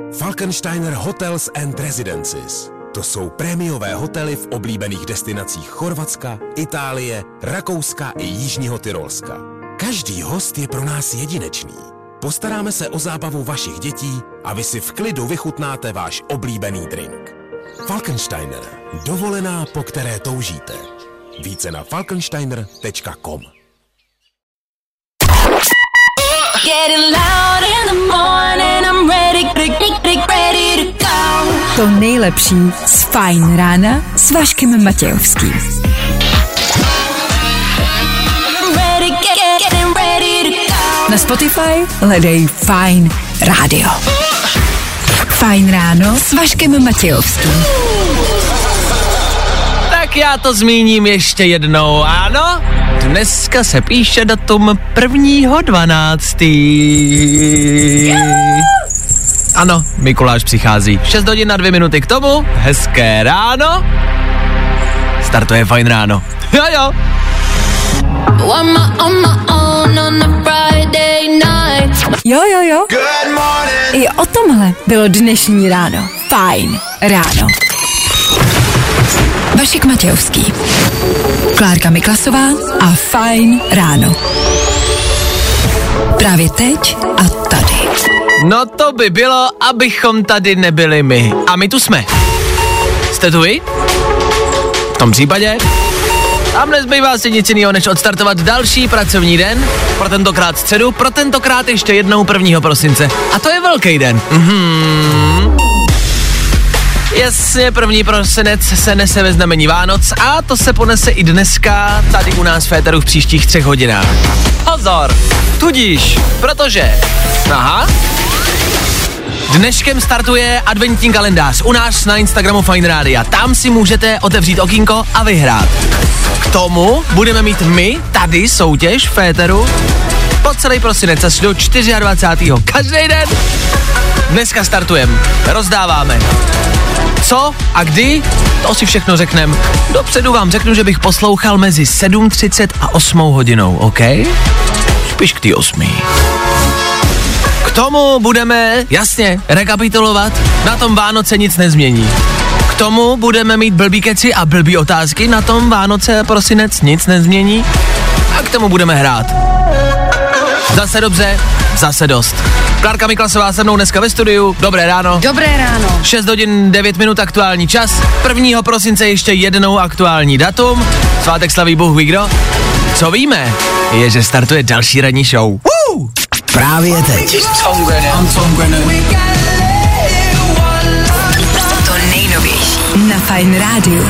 Falkensteiner Hotels and Residences. To jsou prémiové hotely v oblíbených destinacích Chorvatska, Itálie, Rakouska i Jižního Tyrolska. Každý host je pro nás jedinečný. Postaráme se o zábavu vašich dětí a vy si v klidu vychutnáte váš oblíbený drink. Falkensteiner. Dovolená, po které toužíte. Více na falkensteiner.com. To nejlepší z Fajn rána s Vaškem Matějovským. Na Spotify hledej Fajn rádio. Fajn ráno s Vaškem Matějovským. Tak já to zmíním ještě jednou, ano? Dneska se píše datum 1.12. Ano, Mikuláš přichází. 6 hodin na 2 minuty k tomu. Hezké ráno. Startuje Fajn ráno. Jo. Jo. I o tomhle bylo dnešní ráno. Fajn ráno. Vašek Matějovský, Klárka Miklasová a Fajn ráno. Právě teď a tady. No to by bylo, abychom tady nebyli my. A my tu jsme. Jste tu vy? V tom případě tam nezbývá si nic jiného, než odstartovat další pracovní den, pro tentokrát středu, pro tentokrát ještě jednou 1. prosince. A to je velký den. Jasně, 1. prosinec se nese ve znamení Vánoc a to se ponese i dneska tady u nás v éteru v příštích 3 hodinách. Pozor! Tudíž, protože... Dneškem startuje adventní kalendář u nás na Instagramu Fajn Rádia. Tam si můžete otevřít okýnko a vyhrát. K tomu budeme mít my tady soutěž v éteru po celý prosinec až do 24. Každý den. Dneska startujeme, rozdáváme. Co a kdy? To si všechno řekneme. Dopředu vám řeknu, že bych poslouchal mezi 7:30 a 8 hodinou, OK? Spíš k té 8. K tomu budeme, jasně, rekapitulovat, na tom Vánoce nic nezmění. K tomu budeme mít blbý keci a blbý otázky, na tom Vánoce a prosinec nic nezmění. A k tomu budeme hrát. Zase dobře, zase dost. Klárka Miklasová se mnou dneska ve studiu. Dobré ráno. Dobré ráno. 6 hodin 9 minut aktuální čas. 1. prosince ještě jednou aktuální datum. Svátek slaví Bůh ví kdo. Co víme, je, že startuje další ranní show. Právě teď. To nejnovější na Fajn rádiu.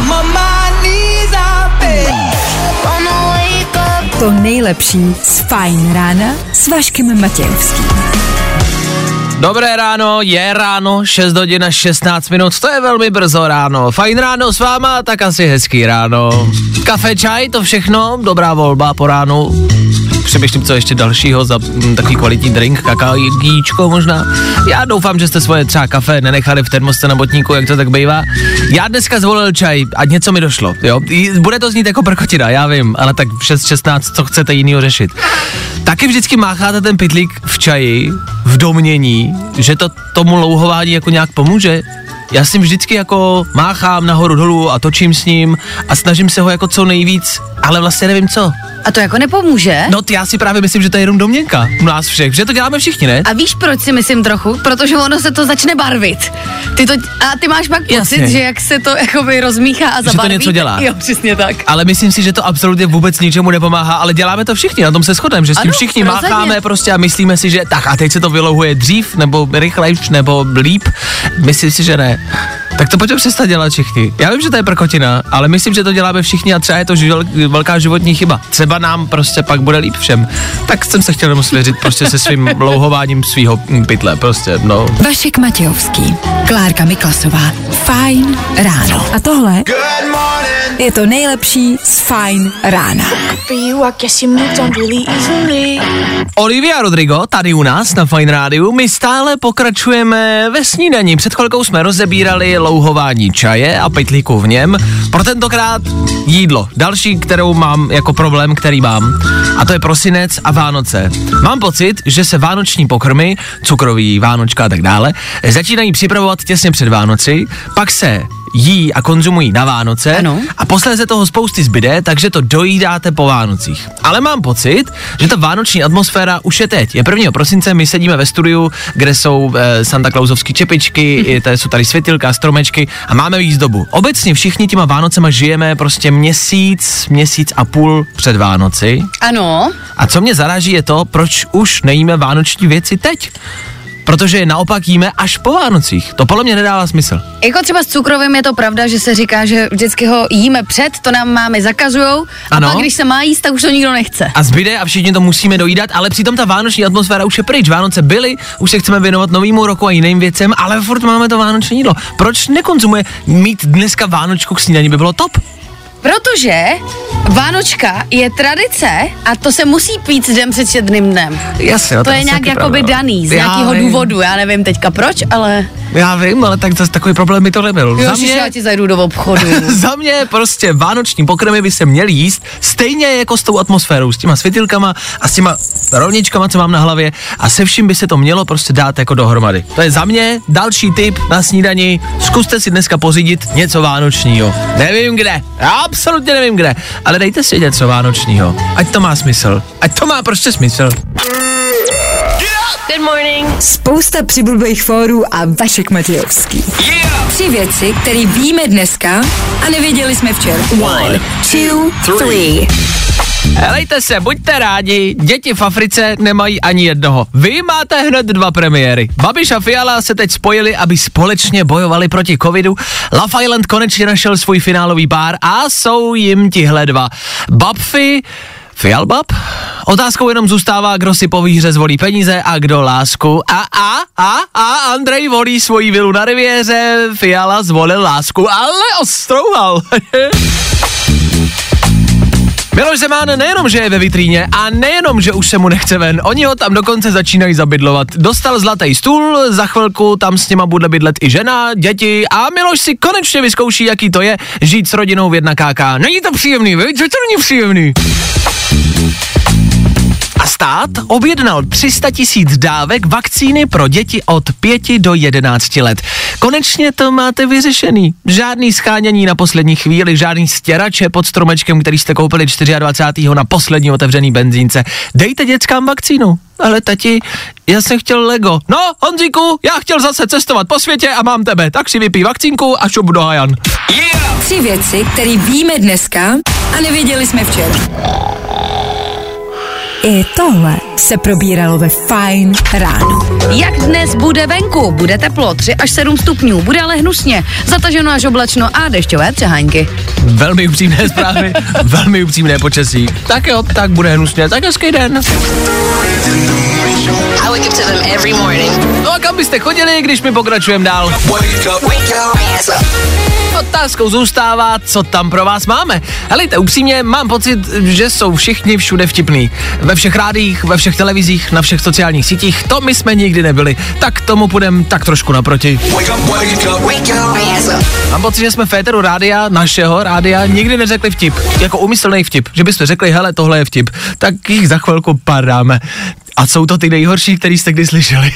To nejlepší z Fajn rána s Vaškem Matějovským. Dobré ráno, je ráno, 6 hodin a 16 minut, to je velmi brzo ráno. Fajn ráno s váma, tak asi hezký ráno. Kafe, čaj, to všechno, dobrá volba po ránu. Přemýšlím, co ještě dalšího za takový kvalitní drink, kakaíčko možná. Já doufám, že jste svoje třeba kafe nenechali v termosce na botníku, jak to tak bývá. Já dneska zvolil čaj a něco mi došlo, jo. Bude to znít jako prkotina, já vím, ale tak v 6:16, co chcete jinýho řešit. Taky vždycky mácháte ten pytlík v čaji, v domnění, že to tomu louhování jako nějak pomůže. Já s tím vždycky jako máchám nahoru dolů a točím s ním a snažím se ho jako co nejvíc, ale vlastně nevím co. A to jako nepomůže? No já si právě myslím, že to je jenom domněnka u nás všech, že to děláme všichni, ne? A víš, proč si myslím trochu? Protože ono se to začne barvit. Ty máš pak pocit, jasně, že jak se to jakoby rozmíchá a zabarví. Že to něco dělá. Jo, přesně tak. Ale myslím si, že to absolutně vůbec ničemu nepomáhá, ale děláme to všichni, na tom se shodneme, že s tím všichni mácháme prostě a myslíme si, že tak a teď se to vylouhuje dřív, nebo rychlejš, nebo líp. Myslím si, že ne. Tak to pojďme přestat dělat všichni. Já vím, že to je prkotina, ale myslím, že to děláme všichni a třeba je to velká životní chyba. Třeba nám prostě pak bude líp všem. Tak jsem se chtěl jenom svěřit prostě se svým louhováním svýho pytle, prostě, no. Vašek Matějovský, Klárka Miklasová, Fajn ráno. A tohle Je to nejlepší z Fajn rána. Olivia Rodrigo tady u nás na Fajn rádiu. My stále pokračujeme ve snídani. Před chvilkou jsme rozebírali louhování čaje a pytlíku v něm. Pro tentokrát jídlo. Další, kterou mám jako problém, který mám. A to je prosinec a Vánoce. Mám pocit, že se vánoční pokrmy, cukroví, vánočka a tak dále, začínají připravovat těsně před Vánoci, pak se jí a konzumují na Vánoce, ano. A posléze toho spousty zbyde, takže to dojídáte po Vánocích. Ale mám pocit, že ta vánoční atmosféra už je teď. Je 1. prosince, my sedíme ve studiu, kde jsou Santa Clausovský čepičky, jsou tady světilka, stromečky a máme výzdobu. Obecně všichni těma Vánocema žijeme prostě měsíc a půl před Vánoci. Ano. A co mě zaráží je to, proč už nejíme vánoční věci teď. Protože je naopak jíme až po Vánocích. To podle mě nedává smysl. Jako třeba s cukrovým je to pravda, že se říká, že vždycky ho jíme před, to nám mámy zakazujou, a ano. pak když se má jíst, tak už to nikdo nechce. A zbyde a všichni to musíme dojídat, ale přitom ta vánoční atmosféra už je pryč. Vánoce byly, už se chceme věnovat novému roku a jiným věcem, ale furt máme to vánoční jídlo. Proč nekonzumuje mít dneska vánočku k snídani, by bylo top? Protože Vánočka je tradice a to se musí pít den před 7. dnem. Jasně, To je nějak jakoby daný, z nějakého důvodu, já nevím teďka proč, ale... Já vím, ale tak zase takový problém mi to nebyl. Já ti zajdu do obchodu. Za mě prostě vánoční pokrmy by se měly jíst stejně jako s tou atmosférou, s těma světilkama a s těma rovničkama, co mám na hlavě, a se vším by se to mělo prostě dát jako dohromady. To je za mě další tip na snídani. Zkuste si dneska pořídit něco vánočního. Nevím kde, absolutně nevím kde, ale dejte si něco vánočního. Ať to má smysl. Ať to má prostě smysl. Good morning. Spousta přibulbých fórů a Vašek Matějovský. 3 věci, které víme dneska a nevěděli jsme včera. 1, 2, 3. Helejte se, buďte rádi, děti v Africe nemají ani jednoho. Vy máte hned 2 premiéry. Babiš a Fiala se teď spojili, aby společně bojovali proti covidu. Love Island konečně našel svůj finálový pár a jsou jim tihle 2. Babfi, Fialbab? Otázkou jenom zůstává, kdo si po výhře zvolí peníze a kdo lásku. A Andrej volí svoji vilu na riviéře, Fiala zvolil lásku, ale ostrouhal. Miloš Zeman nejenom, že je ve vitríně a nejenom, že už se mu nechce ven, oni ho tam dokonce začínají zabydlovat. Dostal zlatý stůl, za chvilku tam s nima bude bydlet i žena, děti a Miloš si konečně vyzkouší, jaký to je žít s rodinou v 1KK. Není to příjemný, viď? Že to není příjemný? A stát objednal 300 000 dávek vakcíny pro děti od 5 do 11 let. Konečně to máte vyřešený. Žádný schánění na poslední chvíli, žádný stěrače pod stromečkem, který jste koupili 24. na poslední otevřený benzínce. Dejte dětskám vakcínu. Ale tati, já jsem chtěl Lego. No, Honzíku, já chtěl zase cestovat po světě a mám tebe. Tak si vypij vakcínku a šup do hajan. 3 věci, které víme dneska a nevěděli jsme včera. I tohle se probíralo ve Fajn ráno. Jak dnes bude venku? Bude teplo, 3 až 7 stupňů, bude ale hnusně, zataženo až oblačno a dešťové přehánky. Velmi upřímné zprávy, velmi upřímné počasí. Tak jo, tak bude hnusně, tak hezký den. No a kam byste chodili, když my pokračujeme dál? Otázkou zůstává, co tam pro vás máme. Helejte, upřímně, mám pocit, že jsou všichni všude vtipný. Ve všech rádiích, ve všech televizích, na všech sociálních sítích, to my jsme nikdy nebyli. Tak tomu půjdem tak trošku naproti. Mám pocit, že jsme v éteru rádia, našeho rádia, nikdy neřekli vtip. Jako úmyslný vtip. Že byste řekli, hele, tohle je vtip. Tak jich za chvilku pár dáme. A jsou to ty nejhorší, který jste kdy slyšeli.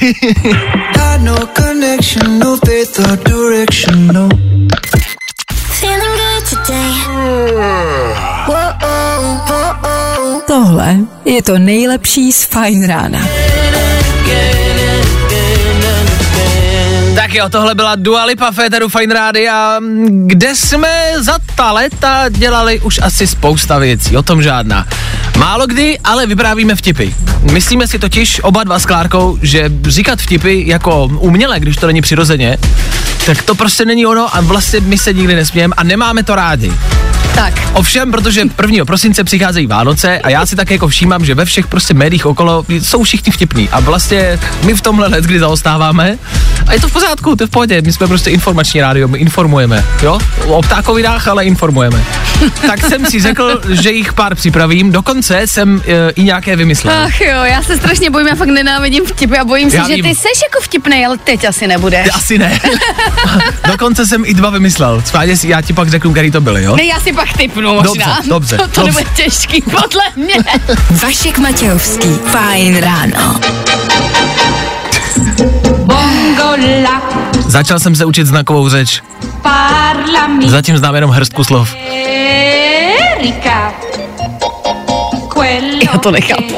Tohle je to nejlepší z Fajn rána. Tak jo, tohle byla Dua Lipa v éteru Fajn rádia, kde jsme za ta léta dělali už asi spousta věcí, o tom žádná. Málo kdy, ale vyprávíme vtipy. Myslíme si totiž oba dva s Klárkou, že říkat vtipy jako uměle, když to není přirozeně, tak to prostě není ono a vlastně my se nikdy nesmějeme a nemáme to rádi. Tak. Ovšem, protože 1. prosince přicházejí Vánoce a já si tak jako všímám, že ve všech prostě médiích okolo jsou všichni vtipní a vlastně my v tomhle let, kdy zaostáváme A je to v pořádku, to je v pohodě, my jsme prostě informační rádio, my informujeme, jo? O ptákovinách, ale informujeme. Tak jsem si řekl, že jich pár připravím, dokonce jsem i nějaké vymyslel. Ach jo, já se strašně bojím, já fakt nenávidím vtipy a bojím se, že ty seš jako vtipnej, ale teď asi nebudeš. Asi ne. Dokonce jsem i 2 vymyslel. Svádě, já ti pak řeknu, který to byly, jo? Ne, já si pak tipnu možná. Dobře. To nebude těžký, podle mě. Vašek Matějovský, Fajn ráno. Začal jsem se učit znakovou řeč. Zatím znám jenom hrstku slov. Já to nechápu.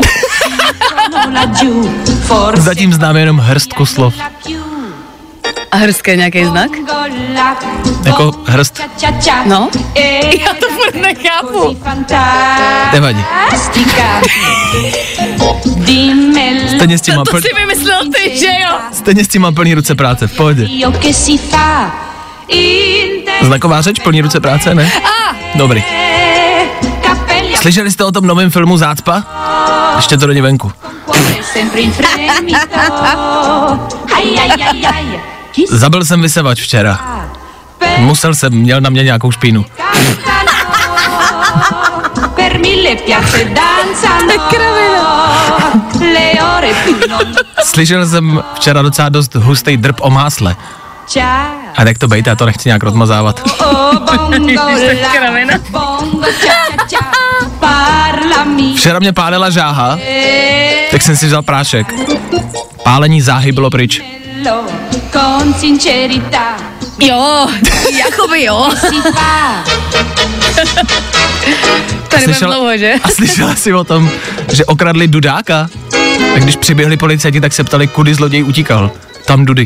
Zatím znám jenom hrstku slov. A hrstka je nějaký znak? Jako hrst. No? Já to furt nechápu. Nevadí. Stejně s tím mám To si vymyslel ty, že jo? Stejně s tím mám plný ruce práce, v pohodě. Znaková řeč, plný ruce práce, ne? Dobrý. Slyšeli jste o tom novém filmu Zácpa? Ještě to není venku. Zabil jsem vysevač včera. Měl na mě nějakou špínu. Slyšel jsem včera docela dost hustý drb o másle. A tak to bejte, já to nechci nějak rozmazávat. Včera mě pálela žáha, tak jsem si vzal prášek. Pálení záhy bylo pryč. Jo, jakoby jo. Tady bude dlouho, že? A slyšela jsi o tom, že okradli dudáka? A když přiběhli policajti, tak se ptali, kudy zloděj utíkal. Tam dudy.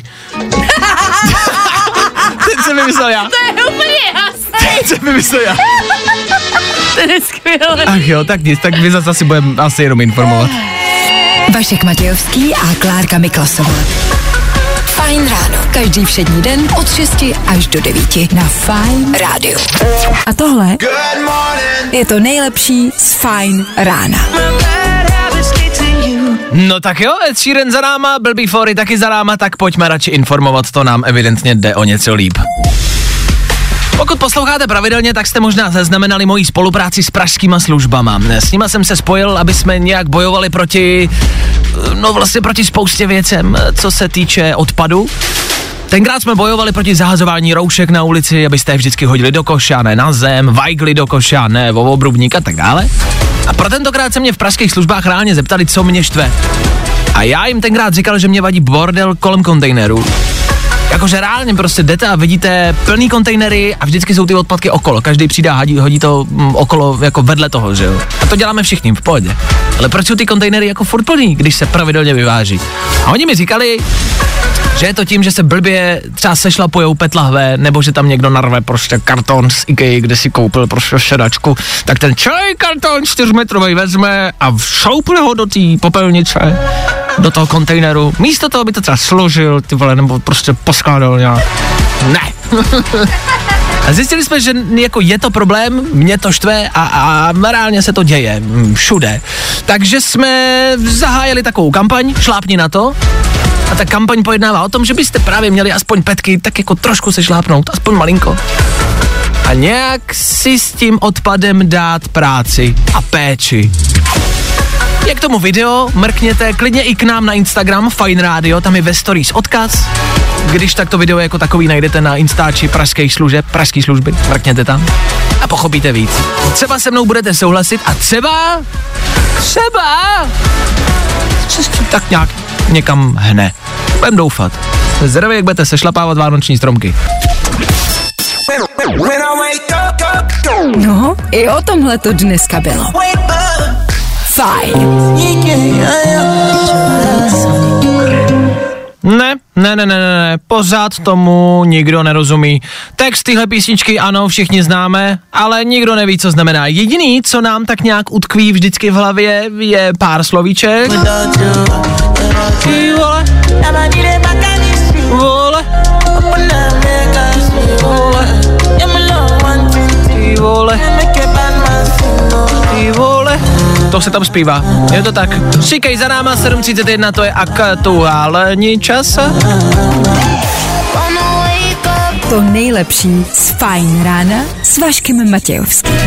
Teď jsem vymyslel já. To je úplně jasný. Teď jsem vymyslel já. To je skvělé. Ach jo, tak nic, tak vy zase asi budeme asi jenom informovat. Vašek Matějovský a Klárka Miklasová. Fajn ráno. Každý všední den od 6 až do 9 na Fajn rádiu. A tohle je to nejlepší z Fajn rána. No tak jo, Ed Sheeran za náma, Byl Before taky za náma, tak pojďme radši informovat, to nám evidentně jde o něco líp. Pokud posloucháte pravidelně, tak jste možná zaznamenali moji spolupráci s pražskýma službama. S nima jsem se spojil, aby jsme nějak bojovali proti spoustě věcem, co se týče odpadu. Tenkrát jsme bojovali proti zahazování roušek na ulici, abyste je vždycky hodili do koša, ne na zem, vajgli do koša, ne o obrubník a tak dále. A pro tentokrát se mě v pražských službách reálně zeptali, co mě štve. A já jim tenkrát říkal, že mě vadí bordel kolem kontejnerů. Jakože reálně prostě jdete a vidíte plný kontejnery a vždycky jsou ty odpadky okolo. Každý přijde a hodí to okolo jako vedle toho, že jo. A to děláme všichni v pohodě. Ale proč jsou ty kontejnery jako furt plný, když se pravidelně vyváží? A oni mi říkali, že je to tím, že se blbě třeba sešlapujou PET lahve, nebo že tam někdo narve prostě karton z IKEA, kde si koupil prostě sedačku, tak ten celý karton 4metrový vezme a všoupne ho do té popelnice, do toho kontejneru, místo toho, aby to třeba složil, ty vole, nebo prostě poskládal nějak. Ne. A zjistili jsme, že jako je to problém, mě to štve a reálně se to děje všude. Takže jsme zahájili takovou kampaň, šlápni na to. A ta kampaň pojednává o tom, že byste právě měli aspoň petky tak jako trošku se šlápnout, aspoň malinko. A nějak si s tím odpadem dát práci a péči. Je k tomu video, mrkněte klidně i k nám na Instagram Fajn rádio, tam je ve stories odkaz. Když tak to video jako takový najdete na Instači pražských služby, mrkněte tam a pochopíte víc. Třeba se mnou budete souhlasit a třeba tak nějak někam hne. Budem doufat. Zdraví, jak budete sešlapávat vánoční stromky. No, i o tomhle to dneska bylo. Fajn. Ne, pořád tomu nikdo nerozumí. Text tyhle písničky ano, všichni známe, ale nikdo neví, co znamená. Jediný, co nám tak nějak utkví vždycky v hlavě, je pár slovíček. Ty vole. Vole. Vole. Ty vole. Ty vole. To se tam zpívá, je to tak. Říkej za náma 7:31, to je aktuální čas. To nejlepší z Fajn rána s Vaškem Matějovským.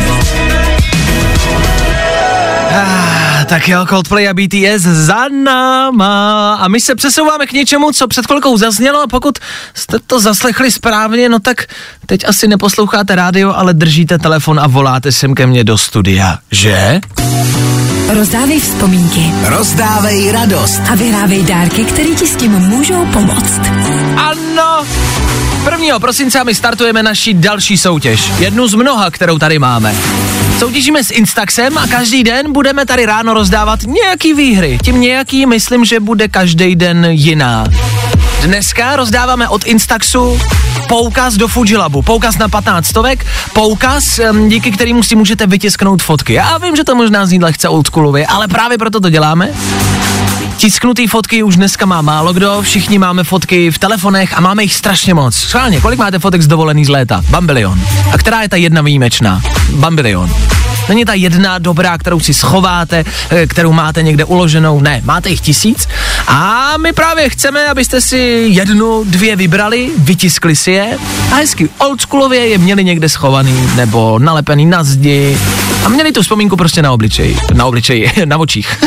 Tak jo, Coldplay a BTS za náma. A my se přesouváme k něčemu, co před chvilkou zaznělo. Pokud jste to zaslechli správně, no tak teď asi neposloucháte rádio, ale držíte telefon a voláte sem ke mně do studia, že? Rozdávej vzpomínky. Rozdávej radost. A vyhrávej dárky, které ti s tím můžou pomoct. Ano! 1. prosince my startujeme naši další soutěž. Jednu z mnoha, kterou tady máme. Soutěžíme s Instaxem a každý den budeme tady ráno rozdávat nějaký výhry. Tím nějaký myslím, že bude každý den jiná. Dneska rozdáváme od Instaxu poukaz do Fujilabu, poukaz na 15 stovek, poukaz, díky kterému si můžete vytisknout fotky. Já vím, že to možná zní lehce oldschoolově, ale právě proto to děláme. Tisknutý fotky už dneska má málo kdo, všichni máme fotky v telefonech a máme jich strašně moc. Schválně, kolik máte fotek z dovolený z léta? Bambilion. A která je ta jedna výjimečná? Bambilion. Není ta jedna dobrá, kterou si schováte, kterou máte někde uloženou, ne, máte jich 1000 a my právě chceme, abyste si 1, 2 vybrali, vytiskli si je a hezky oldschoolově je měli někde schovaný nebo nalepený na zdi a měli tu vzpomínku prostě na obličeji, na očích.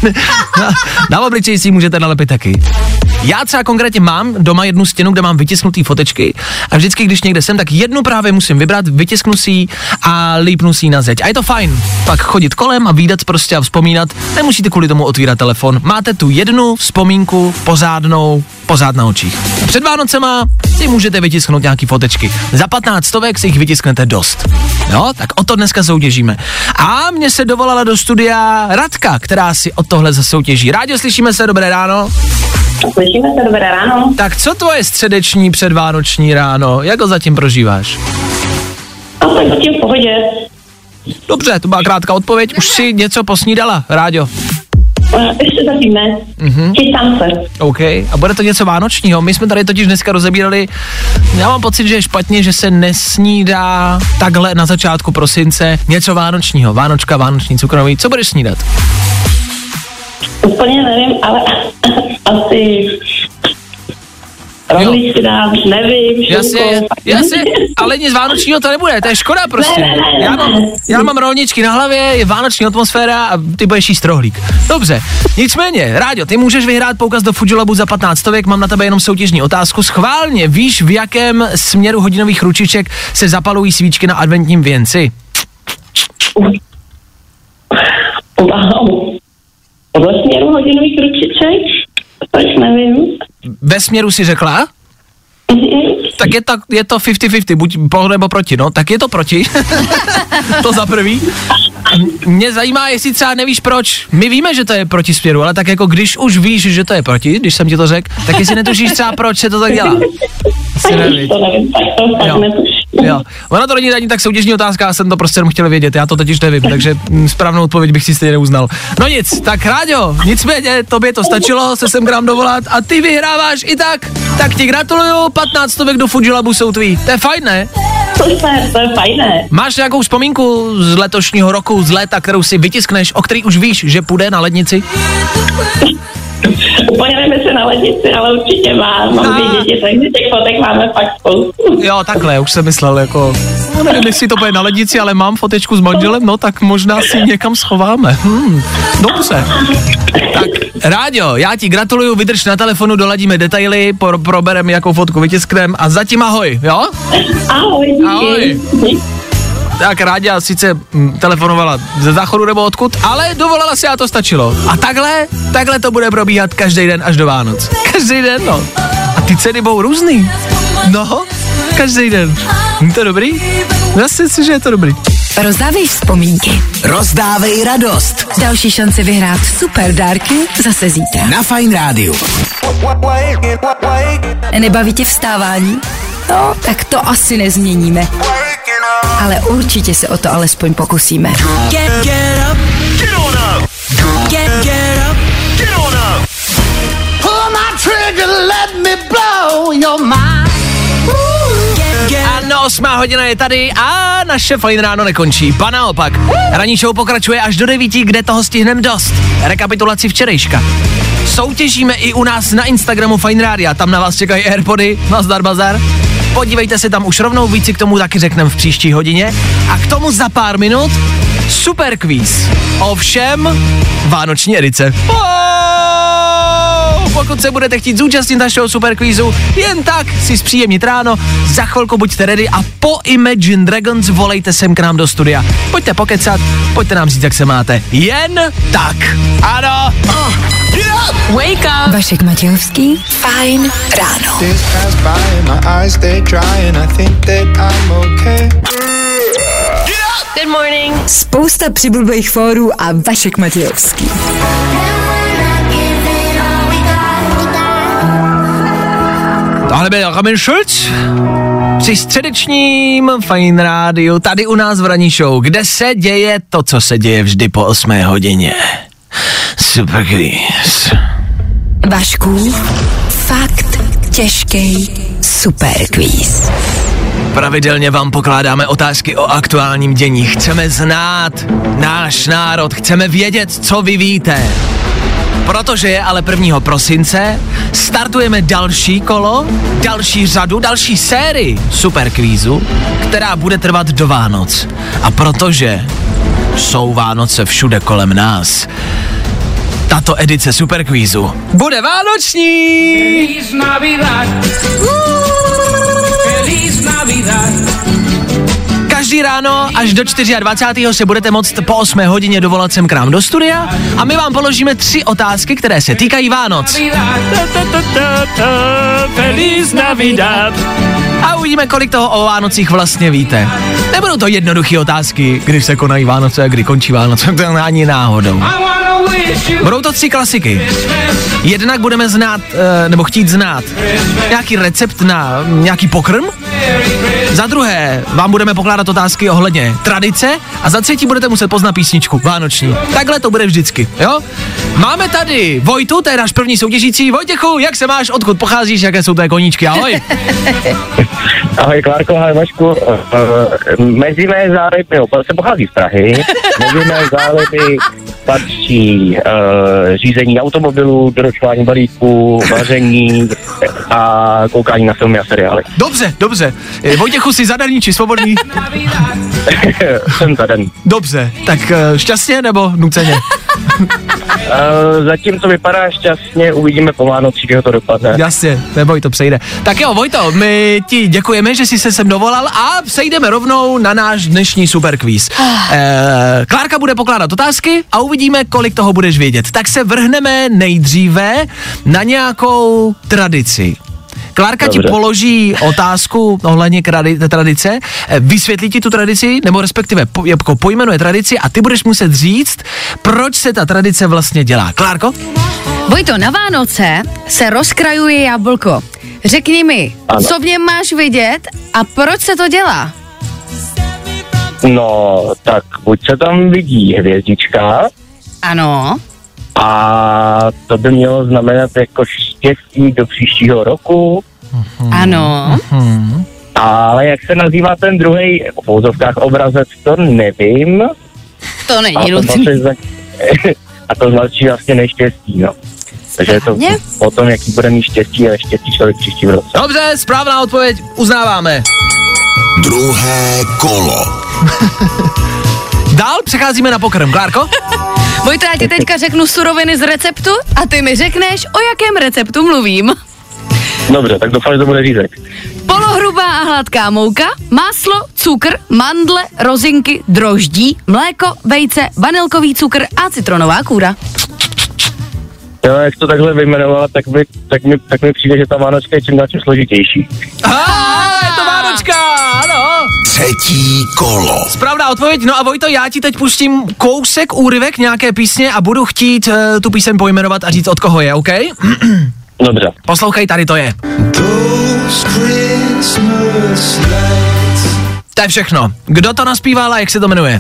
na obličeji si můžete nalepit taky. Já třeba konkrétně mám doma jednu stěnu, kde mám vytisknutý fotečky a vždycky, když někde jsem, tak jednu právě musím vybrat, vytisknu si ji a lípnu si ji na zeď. A je to fajn. Pak chodit kolem a vídat prostě a vzpomínat. Nemusíte kvůli tomu otvírat telefon. Máte tu jednu vzpomínku pořádnou, pořád na očích. A před Vánocema si můžete vytisknout nějaký fotečky. Za 15 stovek si jich vytisknete dost. No, tak o to dneska soutěžíme. A mě se dovolala do studia Radka, která si o tohle zasoutěží. Rádio, slyšíme se, dobré ráno. Slyšíme se, dobré ráno. Tak co tvoje středeční předvánoční ráno? Jak ho zatím prožíváš? A tak zatím v pohodě. Dobře, to byla krátká odpověď. Už si něco posnídala, Ráďo? Ještě zatím ne. Chystám se. OK. A bude to něco vánočního? My jsme tady totiž dneska rozebírali, já mám pocit, že je špatně, že se nesnídá takhle na začátku prosince něco vánočního. Vánočka, vánoční cukroví. Co budeš snídat? Úplně nevím, ale asi rohlíčky dám, nevím. Jasně, ale nic vánočního to nebude, to je škoda prostě. Ne. Já mám rohlíčky na hlavě, je vánoční atmosféra a ty budeš jíst rohlík. Dobře, nicméně, Ráďo, ty můžeš vyhrát poukaz do Fujilabu za 15 stovek, mám na tebe jenom soutěžní otázku. Schválně, víš, v jakém směru hodinových ručiček se zapalují svíčky na adventním věnci? Wow. Podle směru hodinových ručiček? Tak nevím. Ve směru si řekla? Tak je to 50-50, buď pro nebo proti, no, tak je to proti. To za prvý. Mě zajímá, jestli třeba nevíš proč. My víme, že to je proti směru, ale tak jako když už víš, že to je proti, když jsem ti to řekl, tak jestli netušíš třeba proč se to tak dělá. To nevím, tak to netuším. Jo. Ono to není ani tak soutěžní otázka, já jsem to prostě jenom chtěl vědět, já to totiž nevím, takže správnou odpověď bych si stejně neuznal. No nic, tak Ráďo, nicméně, tobě to stačilo, se sem k nám dovolat a ty vyhráváš i tak. Tak ti gratuluju, 15 stovek do Fujilabu jsou tvý. To je fajn, ne? To je fajné. Máš nějakou vzpomínku z letošního roku, z léta, kterou si vytiskneš, o který už víš, že půjde na lednici? Úplně nevím, jestli na lednici, ale určitě mám 2 děti, takže těch fotek máme fakt spoustu. Jo, takhle, už jsem myslel, jako, no nevím, jestli to bude na lednici, ale mám fotečku s manželem, no tak možná si někam schováme. Dobře. Tak, Ráďo, já ti gratuluju, vydrž na telefonu, doladíme detaily, probereme, jakou fotku vytiskneme a zatím ahoj, jo? Ahoj, díky. Ahoj. Tak Ráďa sice telefonovala ze záchodu nebo odkud, ale dovolala si a to stačilo. A takhle to bude probíhat každý den až do Vánoc. Každý den, no. A ty ceny budou různý. No, každý den. To je dobrý? Myslím si, že je to dobrý. Rozdávej vzpomínky. Rozdávej radost. Další šance vyhrát super dárky zase zítra. Na Fajn rádiu. Nebaví tě vstávání? No, tak to asi nezměníme. Ale určitě se o to alespoň pokusíme. Get up. Get on up. Get up. Get on up. Pull my trigger, let me blow your mind. Ano, 8 hodina je tady a naše Fajn ráno nekončí. Ba naopak. Ranní show pokračuje až do 9, kde toho stihneme dost. Rekapitulaci včerejška. soutěžíme i u nás na Instagramu Fajn Rádia, tam na vás čekají Airpody, nazdar bazar. Podívejte se tam už rovnou, víc si k tomu taky řekneme v příští hodině. A k tomu za pár minut super kvíz. Ovšem, vánoční edice. Pokud se budete chtít zúčastnit našeho superkvízu, jen tak si zpříjemnit ráno, za chvilku buďte ready a po Imagine Dragons volejte sem k nám do studia. Pojďte pokecat, pojďte nám říct, jak se máte. Jen tak. Ano. Wake up. Vašek Matějovský, Fajn ráno. Good morning. Spousta přibulbých fórů a Vašek Matějovský. Tohle byl Robin Schulz při středečním Fajn rádiu, tady u nás v ranní show, kde se děje to, co se děje vždy po 8 hodině. Super quiz. Vašku, fakt těžký super quiz. Pravidelně vám pokládáme otázky o aktuálním dění. Chceme znát náš národ, chceme vědět, co vy víte. Protože je ale 1. prosince, startujeme další kolo, další řadu, další sérii superkvízu, která bude trvat do Vánoc. A protože jsou Vánoce všude kolem nás, tato edice superkvízu bude vánoční! Feliz Navidad. Feliz Navidad. Každý ráno až do 24. se budete moct po 8 hodině dovolat sem k nám do studia a my vám položíme 3 otázky, které se týkají Vánoc. Feliz Navidad. A uvidíme, kolik toho o Vánocích vlastně víte. Nebudou to jednoduché otázky, když se konají Vánoce a kdy končí Vánoce, to ani náhodou. Budou to 3 klasiky. Jednak budeme znát, nebo chtít znát nějaký recept na nějaký pokrm. Za druhé vám budeme pokládat otázky ohledně tradice a za třetí budete muset poznat písničku vánoční. Takhle to bude vždycky, jo? Máme tady Vojtu, to je náš první soutěžící. Vojtěchu, jak se máš, odkud pocházíš, jaké jsou tvé koníčky, ahoj. Ahoj Klárko, ahoj Vašku. Mezi mé záliby, se pochází z Prahy, mezi mé záliby patří řízení automobilů, doručování balíků, vaření a koukání na filmy a seriály. Dobře. Vojtěchu, jsi zadaný či svobodný? Jsem zadaný. Dobře, tak šťastně nebo nuceně? Zatím to vypadá šťastně, uvidíme po Vánocích, jak to dopadne. Jasně, neboj, to přejde. Tak jo, Vojto, my ti děkujeme, že jsi se sem dovolal a přejdeme rovnou na náš dnešní superkvíz. Klárka bude pokládat otázky a uvidíme, kolik toho budeš vědět. Tak se vrhneme nejdříve na nějakou tradici. Klárka ti položí otázku ohledně tradice, vysvětlí ti tu tradici, nebo respektive pojmenuje tradici a ty budeš muset říct, proč se ta tradice vlastně dělá. Klárko? Vojto, na Vánoce se rozkrajuje jablko. Řekni mi, co v něm máš vidět a proč se to dělá? No, tak buď se tam vidí hvězdička. Ano. A to by mělo znamenat jako štěstí do příštího roku. Ano. Ale jak se nazývá ten druhý v úzovkách obrazec, to nevím. To není nutný. A to značí vlastně neštěstí, no. Takže je to o tom, jaký bude mít štěstí a štěstí člověk příští roce. Dobře, správná odpověď, uznáváme. Druhé kolo. Dál přecházíme na pokrm. Klárko? Vojto, já ti teďka řeknu suroviny z receptu a ty mi řekneš, o jakém receptu mluvím. Dobře, tak doufám, že to bude řízek. Polohrubá a hladká mouka, máslo, cukr, mandle, rozinky, droždí, mléko, vejce, vanilkový cukr a citronová kůra. Jo, jak to takhle vyjmenovala, tak mi přijde, že ta vánočka je čím dál tím složitější. Je to vánočka, ano. Třetí kolo. Správná odpověď, no a Vojto, já ti teď pustím kousek, úryvek nějaké písně a budu chtít tu píseň pojmenovat a říct, od koho je, OK? Dobře. Poslouchej, tady to je. To je všechno. Kdo to naspíval a jak se to jmenuje?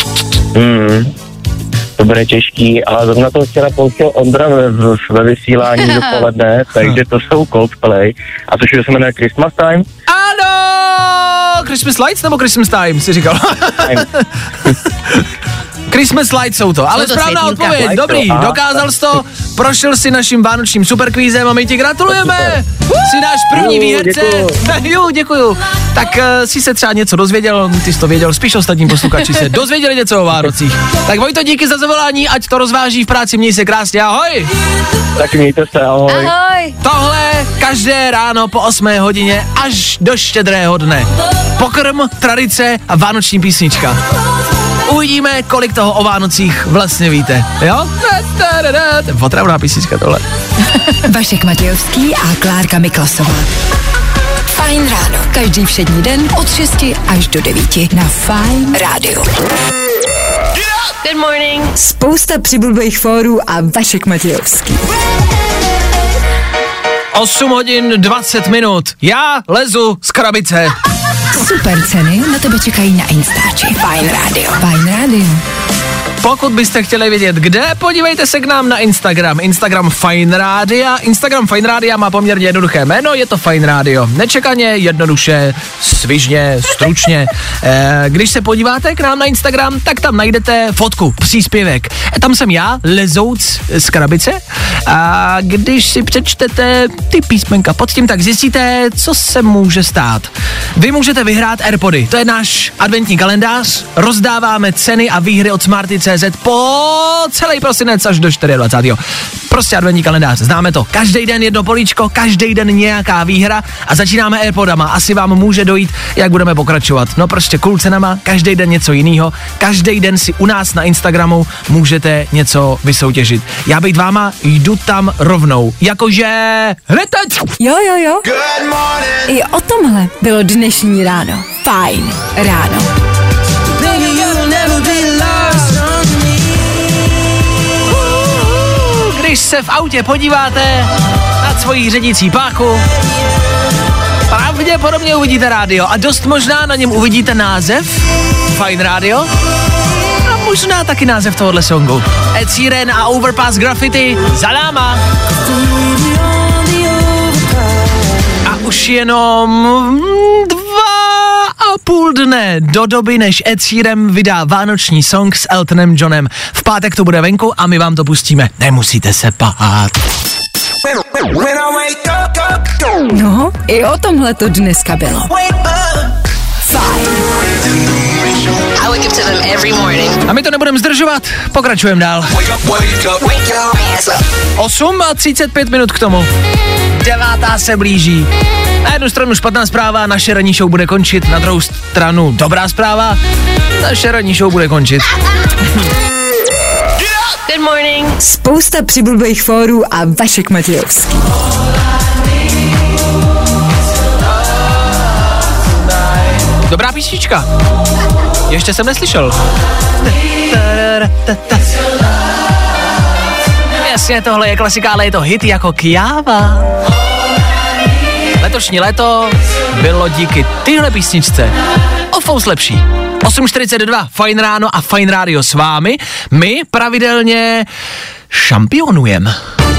To bude těžký, ale zrovna to včera pouštěl Ondra ve vysílání dopoledne, takže to jsou Coldplay. A což se jmenuje Christmas Time? Ano! Christmas Lights nebo Christmas Time, si říkal? Christmas Lights jsou to, ale správná odpověď, dobrý, dokázal jsi to. prošel si naším vánočním superkvízem a my ti gratulujeme. Jsi náš první výherce. Děkuju. Tak si se třeba něco dozvěděl, ty jsi to věděl, spíš ostatní posluchači se dozvěděli něco o Vánocích. Tak Vojto, díky za zavolání, ať to rozváží v práci, měj se krásně, ahoj. Tak mějte se, ahoj. Ahoj. Tohle každé ráno po 8 hodině až do Štědrého dne. Pokrm, tradice a vánoční písnička. Uvidíme, kolik toho o Vánocích vlastně víte, jo? To je potravná písnička tohle. Vašek Matějovský a Klárka Miklasová. Fajn ráno. Každý všední den od 6 až do 9 na Fajn rádiu. Good morning. Spousta přibulbých fórů a Vašek Matějovský. 8 hodin 20 minut. Já lezu z krabice. Super ceny na tebe čekají na Instači. Fajn rádio. Fajn rádio. Pokud byste chtěli vědět, kde, podívejte se k nám na Instagram. Instagram Fajn Rádia. Instagram Fajn Rádia má poměrně jednoduché jméno, je to Fajn Rádio. Nečekaně, jednoduše, svižně, stručně. Když se podíváte k nám na Instagram, tak tam najdete fotku, příspěvek. Tam jsem já, lezouc z krabice. A když si přečtete ty písmenka pod tím, tak zjistíte, co se může stát. Vy můžete vyhrát AirPody. To je náš adventní kalendář. Rozdáváme ceny a výhry od Smarty.cz po celý prosinec až do 24. Prostě adventní kalendář, známe to. Každý den jedno políčko, každý den nějaká výhra a začínáme AirPodama. Asi vám může dojít, jak budeme pokračovat. No prostě cool cenama, každý den něco jiného. Každý den si u nás na Instagramu můžete něco vysoutěžit. Já být váma, jdu tam rovnou. Jakože hned teď. Jo. I o tomhle bylo dnešní ráno. Fajn ráno. Když se v autě podíváte na svoji řadicí páku, pravděpodobně uvidíte rádio a dost možná na něm uvidíte název Fajn rádio a možná taky název tohohle songu. Ed Sheeran a Overpass Graffiti Zaláma. A už jenom 2,5 dne do doby, než Ed Sheeran vydá vánoční song s Eltonem Johnem. V pátek to bude venku a my vám to pustíme. Nemusíte se bát. No, i o tomhle to dneska bylo. Fajn. I wake up to them every morning. A my to nebudeme zdržovat, pokračujeme dál. 8:35 minut k tomu. 9. se blíží. Na jednu stranu špatná zpráva, naše ranní show bude končit, na druhou stranu dobrá zpráva, naše ranní show bude končit. Good morning. Spousta přibulbých fórů a Vašek Matějovský. Dobrá písnička. Ještě jsem neslyšel. Jasně, tohle je klasika, ale je to hit jako Kjáva. Letošní léto bylo díky tyhle písničce o fous lepší. 8:42, Fajn ráno a Fajn rádio s vámi. My pravidelně šampionujeme.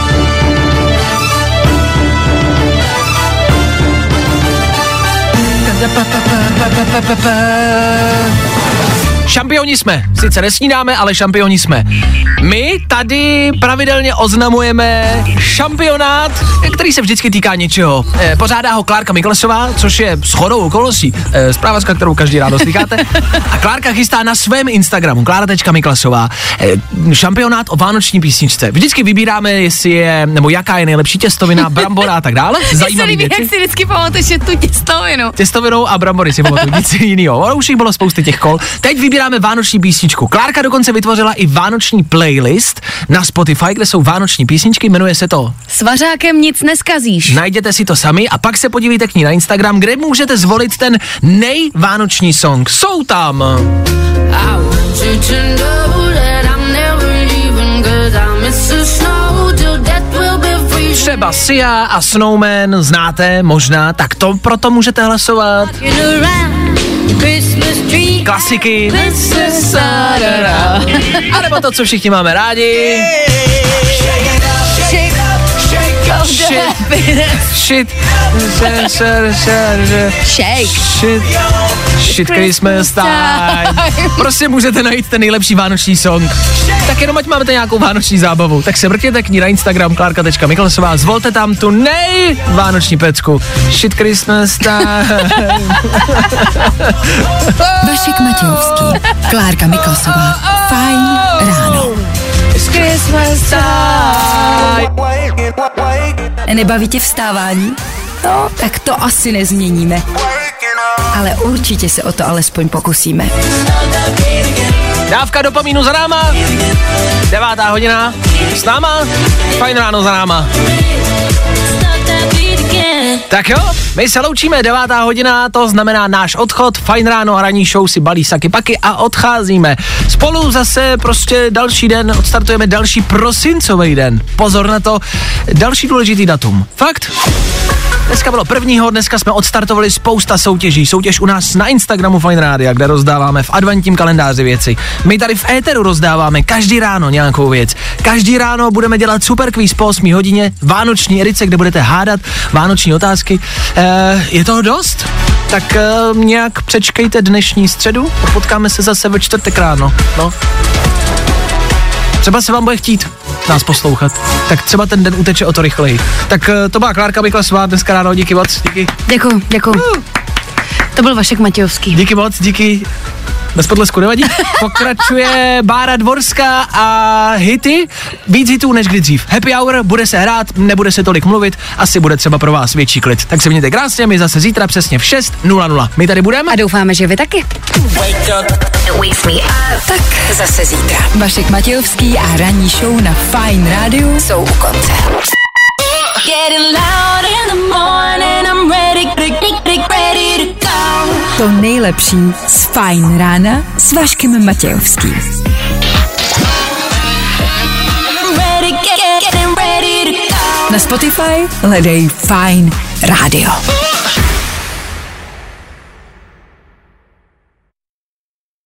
Šampioni jsme, sice nesnídáme, ale šampioni jsme. My tady pravidelně oznamujeme šampionát, který se vždycky týká něčeho. Pořádá ho Klárka Miklasová, což je shodou okolností zprávačka, kterou každý ráno slycháte. A Klárka chystá na svém Instagramu, Klára.Miklasová, šampionát o vánoční písničce. Vždycky vybíráme, jestli je, nebo jaká je nejlepší těstovina, brambora a tak dále. Zajímavý věci. Jak si vždycky pamatuješ, že tu těstovinu. Těstovinou a brambory si pamatuju, nic jinýho. Ale už jich bylo spousty těch kol. Teď vybíráme vánoční písničku. Klárka dokonce vytvořila i vánoční playlist na Spotify, kde jsou vánoční písničky, jmenuje se to S vařákem nic neskazíš. Najděte si to sami a pak se podívejte k ní na Instagram, kde můžete zvolit ten nejvánoční song. Jsou tam třeba Sia a Snowman, znáte možná, tak to proto můžete hlasovat. Klasiky. A nebo to, co všichni máme rádi. Shit. Shit Christmas time. Prostě můžete najít ten nejlepší vánoční song. Tak jenom ať máte nějakou vánoční zábavu, tak se vrtěte k ní na Instagram klárka.miklasová, zvolte tam tu vánoční pecku. Shit Christmas time. Vašek Matějovský, Klárka Miklasová, Fajn ráno. Christmas time. Nebaví tě vstávání? No, tak to asi nezměníme. Ale určitě se o to alespoň pokusíme. Dávka dopamínu za náma. 9. hodina s náma. Fajn ráno za náma. Tak jo, my se loučíme, 9. hodina, to znamená náš odchod, Fajn ráno a ranní show si balí saky paky a odcházíme. Spolu zase prostě další den, odstartujeme další prosincový den. Pozor na to, další důležitý datum. Fakt? Dneska bylo 1. dneska jsme odstartovali spousta soutěží. Soutěž u nás na Instagramu Fajn rádia, kde rozdáváme v adventním kalendáři věci. My tady v éteru rozdáváme každý ráno nějakou věc. Každý ráno budeme dělat super kvíz po 8 hodině, vánoční edice, kde budete hádat vánoční otázky. Je toho dost? Tak nějak přečkejte dnešní středu a potkáme se zase ve čtvrtek ráno. No. Třeba se vám bude chtít nás poslouchat, tak třeba ten den uteče o to rychleji. Tak to byla Klárka Miklasová dneska ráno, díky moc, díky. Děkuju. To byl Vašek Matějovský. Díky moc, díky. Bez podlesku nevadí. Pokračuje Bára Dvorská a hity, víc hitů než kdy dřív. Happy hour, bude se hrát, nebude se tolik mluvit, asi bude třeba pro vás větší klid. Tak se mějte krásně, my zase zítra přesně v 6:00. My tady budeme. A doufáme, že vy taky. Tak zase zítra. Vašek Matějovský a ranní show na Fajn rádiu jsou u konce. To nejlepší z Fajn rána s Vaškem Matějovským. Na Spotify hledej Fajn rádio.